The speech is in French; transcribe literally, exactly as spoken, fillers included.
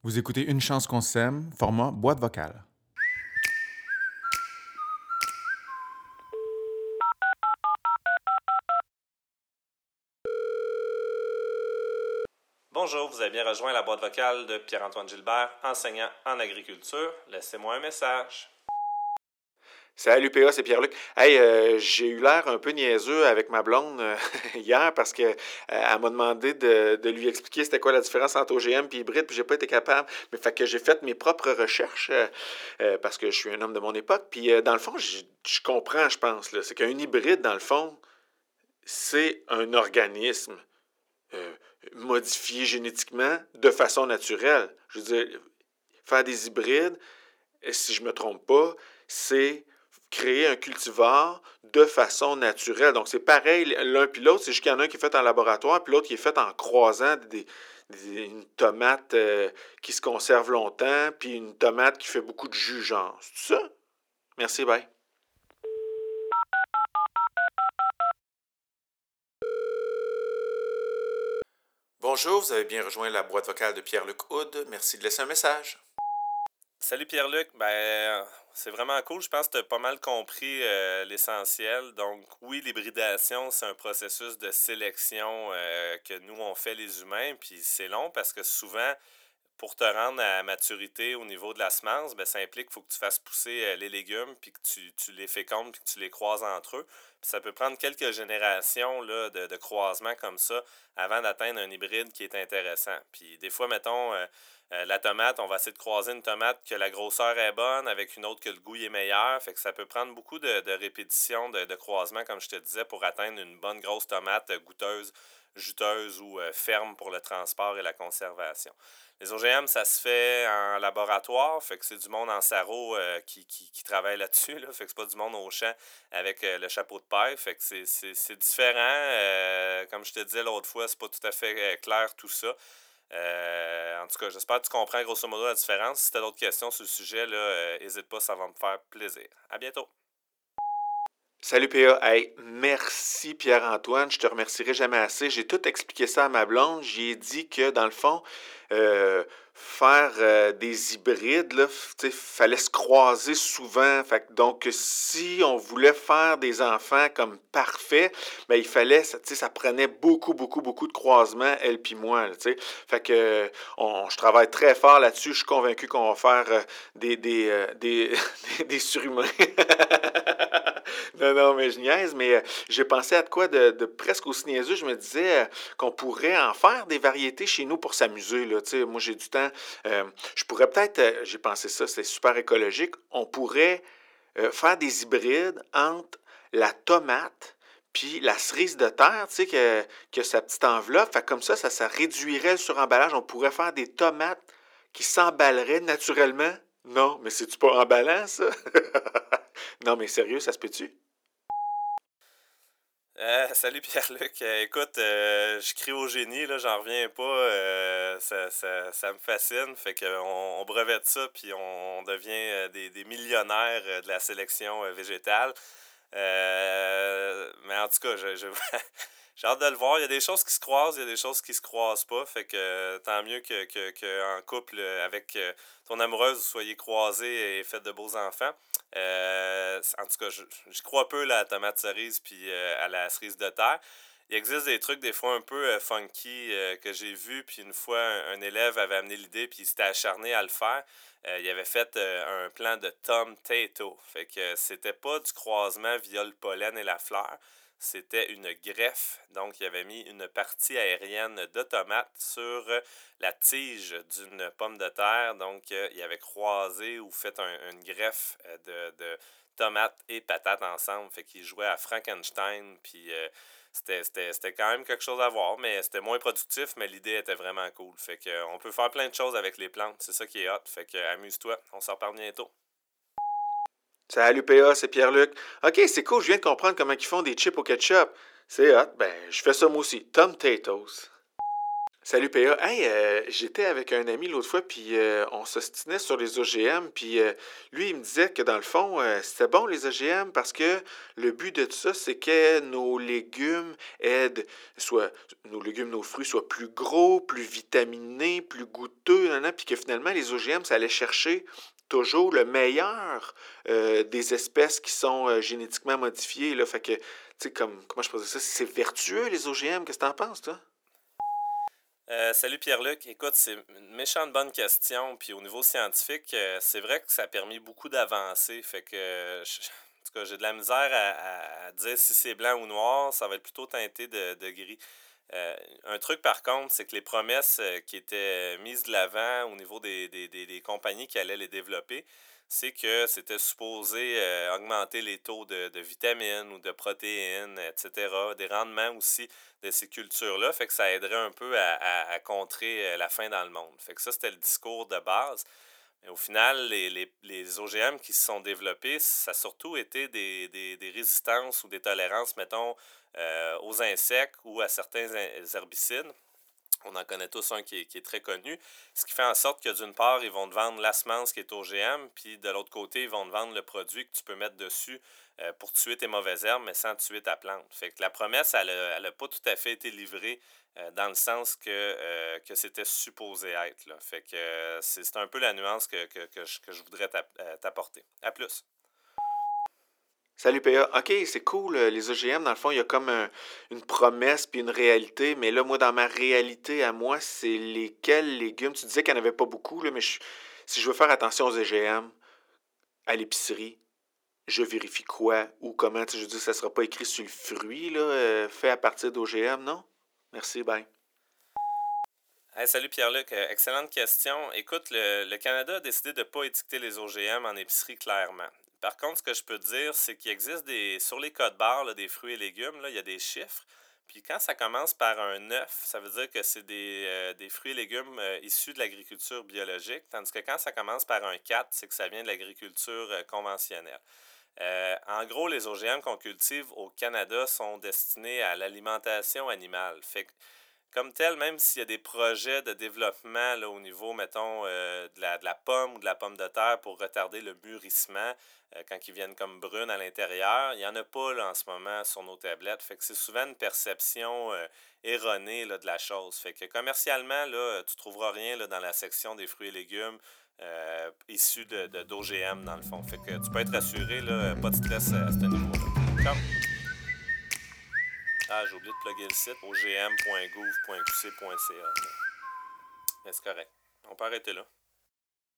Vous écoutez Une chance qu'on s'aime, format boîte vocale. Bonjour, vous avez bien rejoint la boîte vocale de Pierre-Antoine Gilbert, enseignant en agriculture. Laissez-moi un message. Salut P A, c'est Pierre-Luc. Hey, euh, j'ai eu l'air un peu niaiseux avec ma blonde euh, hier parce que euh, elle m'a demandé de, de lui expliquer c'était quoi la différence entre O G M et hybride, puis j'ai pas été capable. Mais fait que j'ai fait mes propres recherches euh, euh, parce que je suis un homme de mon époque. Puis euh, dans le fond, je je comprends, je pense, là, c'est qu'un hybride, dans le fond, c'est un organisme euh, modifié génétiquement de façon naturelle. Je veux dire, faire des hybrides, si je me trompe pas, c'est créer un cultivar de façon naturelle. Donc, c'est pareil l'un puis l'autre, c'est juste qu'il y en a un qui est fait en laboratoire, puis l'autre qui est fait en croisant des, des- une tomate euh, qui se conserve longtemps, puis une tomate qui fait beaucoup de jus, genre. C'est ça? Merci, bye. Bonjour, vous avez bien rejoint la boîte vocale de Pierre-Luc Houd. Merci de laisser un message. Salut Pierre-Luc, ben c'est vraiment cool. Je pense que tu as pas mal compris euh, l'essentiel. Donc oui, l'hybridation, c'est un processus de sélection euh, que nous on fait les humains, puis c'est long parce que souvent pour te rendre à maturité au niveau de la semence, ben, ça implique qu'il faut que tu fasses pousser euh, les légumes, puis que tu, tu les fécondes, puis que tu les croises entre eux. Puis ça peut prendre quelques générations là, de, de croisement comme ça avant d'atteindre un hybride qui est intéressant. Puis des fois, mettons, euh, euh, la tomate, on va essayer de croiser une tomate que la grosseur est bonne avec une autre que le goût est meilleur. Fait que ça peut prendre beaucoup de, de répétitions, de, de croisements, comme je te disais, pour atteindre une bonne grosse tomate euh, goûteuse, juteuse ou euh, ferme pour le transport et la conservation. Les O G M, ça se fait en laboratoire, fait que c'est du monde en sarreau euh, qui, qui, qui travaille là-dessus, là, fait que c'est pas du monde au champ avec euh, le chapeau de paille, fait que c'est, c'est, c'est différent. Euh, comme je te disais l'autre fois, c'est pas tout à fait euh, clair tout ça. Euh, en tout cas, j'espère que tu comprends grosso modo la différence. Si tu as d'autres questions sur le sujet, là, n'hésite euh, pas, ça va me faire plaisir. À bientôt! Salut P A. Hey, merci Pierre-Antoine. Je te remercierai jamais assez. J'ai tout expliqué ça à ma blonde. J'ai dit que, dans le fond, euh, faire euh, des hybrides, là, il fallait se croiser souvent. Fait que, donc, si on voulait faire des enfants comme parfaits, ben, il fallait, ça, ça prenait beaucoup, beaucoup, beaucoup de croisements, elle puis moi. Là, fait que, on, je travaille très fort là-dessus. Je suis convaincu qu'on va faire euh, des, des, euh, des, des, des surhumains. Non, non, mais je niaise, mais euh, j'ai pensé à de quoi de, de presque aussi niaiseux. Je me disais euh, qu'on pourrait en faire des variétés chez nous pour s'amuser. Là. Tu sais, moi, j'ai du temps. Euh, je pourrais peut-être, euh, j'ai pensé ça, c'est super écologique. On pourrait euh, faire des hybrides entre la tomate puis la cerise de terre, tu sais, que, que sa petite enveloppe. Fait comme ça, ça, ça réduirait le suremballage. On pourrait faire des tomates qui s'emballeraient naturellement. Non, mais c'est-tu pas emballant, ça? Non, mais sérieux, ça se peut-tu? Euh, salut Pierre-Luc. Euh, écoute, euh, je crie au génie, là, j'en reviens pas. Euh, ça, ça, ça me fascine. Fait qu'on on brevette ça, puis on, on devient euh, des, des millionnaires euh, de la sélection euh, végétale. Euh, mais en tout cas, je, je- j'ai hâte de le voir. Il y a des choses qui se croisent, il y a des choses qui se croisent pas. Fait que euh, tant mieux que, que, que en couple euh, avec euh, ton amoureuse, vous soyez croisés et faites de beaux enfants. Euh, en tout cas, je- j'y crois peu là, à la tomate cerise puis euh, à la cerise de terre. Il existe des trucs des fois un peu euh, funky euh, que j'ai vu, puis une fois un, un élève avait amené l'idée, puis il s'était acharné à le faire. Euh, il avait fait euh, un plan de Tom Tato. Fait que euh, c'était pas du croisement via le pollen et la fleur. C'était une greffe. Donc, il avait mis une partie aérienne de tomate sur euh, la tige d'une pomme de terre. Donc, euh, il avait croisé ou fait un- une greffe euh, de, de tomates et patates ensemble. Fait qu'il jouait à Frankenstein. Puis, euh, c'était, c'était, c'était quand même quelque chose à voir, mais c'était moins productif, mais l'idée était vraiment cool. Fait que, euh, on peut faire plein de choses avec les plantes. C'est ça qui est hot. Fait que, euh, amuse-toi. On s'en reparle bientôt. Salut P A, c'est Pierre-Luc. Ok, c'est cool, je viens de comprendre comment ils font des chips au ketchup. C'est hot, ben je fais ça moi aussi. Tom Tatoes. Salut P A. Hey, euh, j'étais avec un ami l'autre fois, puis euh, on s'ostinait sur les O G M, puis euh, lui, il me disait que dans le fond, euh, c'était bon les O G M parce que le but de tout ça, c'est que nos légumes aident, soit nos légumes, nos fruits soient plus gros, plus vitaminés, plus goûteux, nan, nan, puis que finalement, les O G M, ça allait chercher toujours le meilleur euh, des espèces qui sont euh, génétiquement modifiées, là. Fait que, tu sais, comme, comment je peux dire ça, c'est vertueux les O G M, qu'est-ce que t'en penses, toi? Euh, salut Pierre-Luc. Écoute, c'est une méchante bonne question. Puis au niveau scientifique, euh, c'est vrai que ça a permis beaucoup d'avancer. Fait que, euh, je- en tout cas, j'ai de la misère à, à- à dire si c'est blanc ou noir. Ça va être plutôt teinté de, de gris. Euh, un truc par contre, c'est que les promesses euh, qui étaient mises de l'avant au niveau des, des, des, des compagnies qui allaient les développer, c'est que c'était supposé euh, augmenter les taux de, de vitamines ou de protéines, et cetera, des rendements aussi de ces cultures-là, fait que ça aiderait un peu à, à, à contrer euh, la faim dans le monde. Fait que ça, c'était le discours de base. Mais au final, les, les, les O G M qui se sont développés, ça a surtout été des, des, des résistances ou des tolérances, mettons, euh, aux insectes ou à certains herbicides. On en connaît tous un qui est, qui est très connu. Ce qui fait en sorte que d'une part, ils vont te vendre la semence qui est O G M, puis de l'autre côté, ils vont te vendre le produit que tu peux mettre dessus euh, pour tuer tes mauvaises herbes, mais sans tuer ta plante. Fait que la promesse, elle n'a pas tout à fait été livrée euh, dans le sens que, euh, que c'était supposé être, là. Fait que euh, c'est, c'est un peu la nuance que, que, que, je, que je voudrais t'apporter. À plus. Salut P A. OK, c'est cool. euh, Les O G M, dans le fond, il y a comme un- une promesse puis une réalité. Mais là, moi, dans ma réalité à moi, c'est lesquels légumes? Tu disais qu'il n'y en avait pas beaucoup, là, mais je- si je veux faire attention aux O G M à l'épicerie, je vérifie quoi ou comment? Tu sais, je veux dire, ça ne sera pas écrit sur le fruit, là, euh, fait à partir d'O G M, non? Merci, bye. Hey, salut Pierre-Luc. Euh, excellente question. Écoute, le, le Canada a décidé de ne pas étiqueter les O G M en épicerie clairement. Par contre, ce que je peux te dire, c'est qu'il existe des sur les codes barres là, des fruits et légumes, là, il y a des chiffres. Puis quand ça commence par un neuf, ça veut dire que c'est des, euh, des fruits et légumes euh, issus de l'agriculture biologique, tandis que quand ça commence par un quatre, c'est que ça vient de l'agriculture euh, conventionnelle. Euh, en gros, les O G M qu'on cultive au Canada sont destinés à l'alimentation animale. Fait que comme tel, même s'il y a des projets de développement là, au niveau, mettons, euh, de, la, de la pomme ou de la pomme de terre pour retarder le mûrissement euh, quand ils viennent comme brunes à l'intérieur, il n'y en a pas là, en ce moment sur nos tablettes. Fait que c'est souvent une perception euh, erronée là, de la chose. Fait que commercialement, là, tu ne trouveras rien là, dans la section des fruits et légumes euh, issus de, de, d'O G M dans le fond. Fait que tu peux être rassuré, là, pas de stress à ce niveau-là. Ciao! Ah, j'ai oublié de plugger le site o g m point gouv point q c point c a. Mais c'est correct. On peut arrêter là.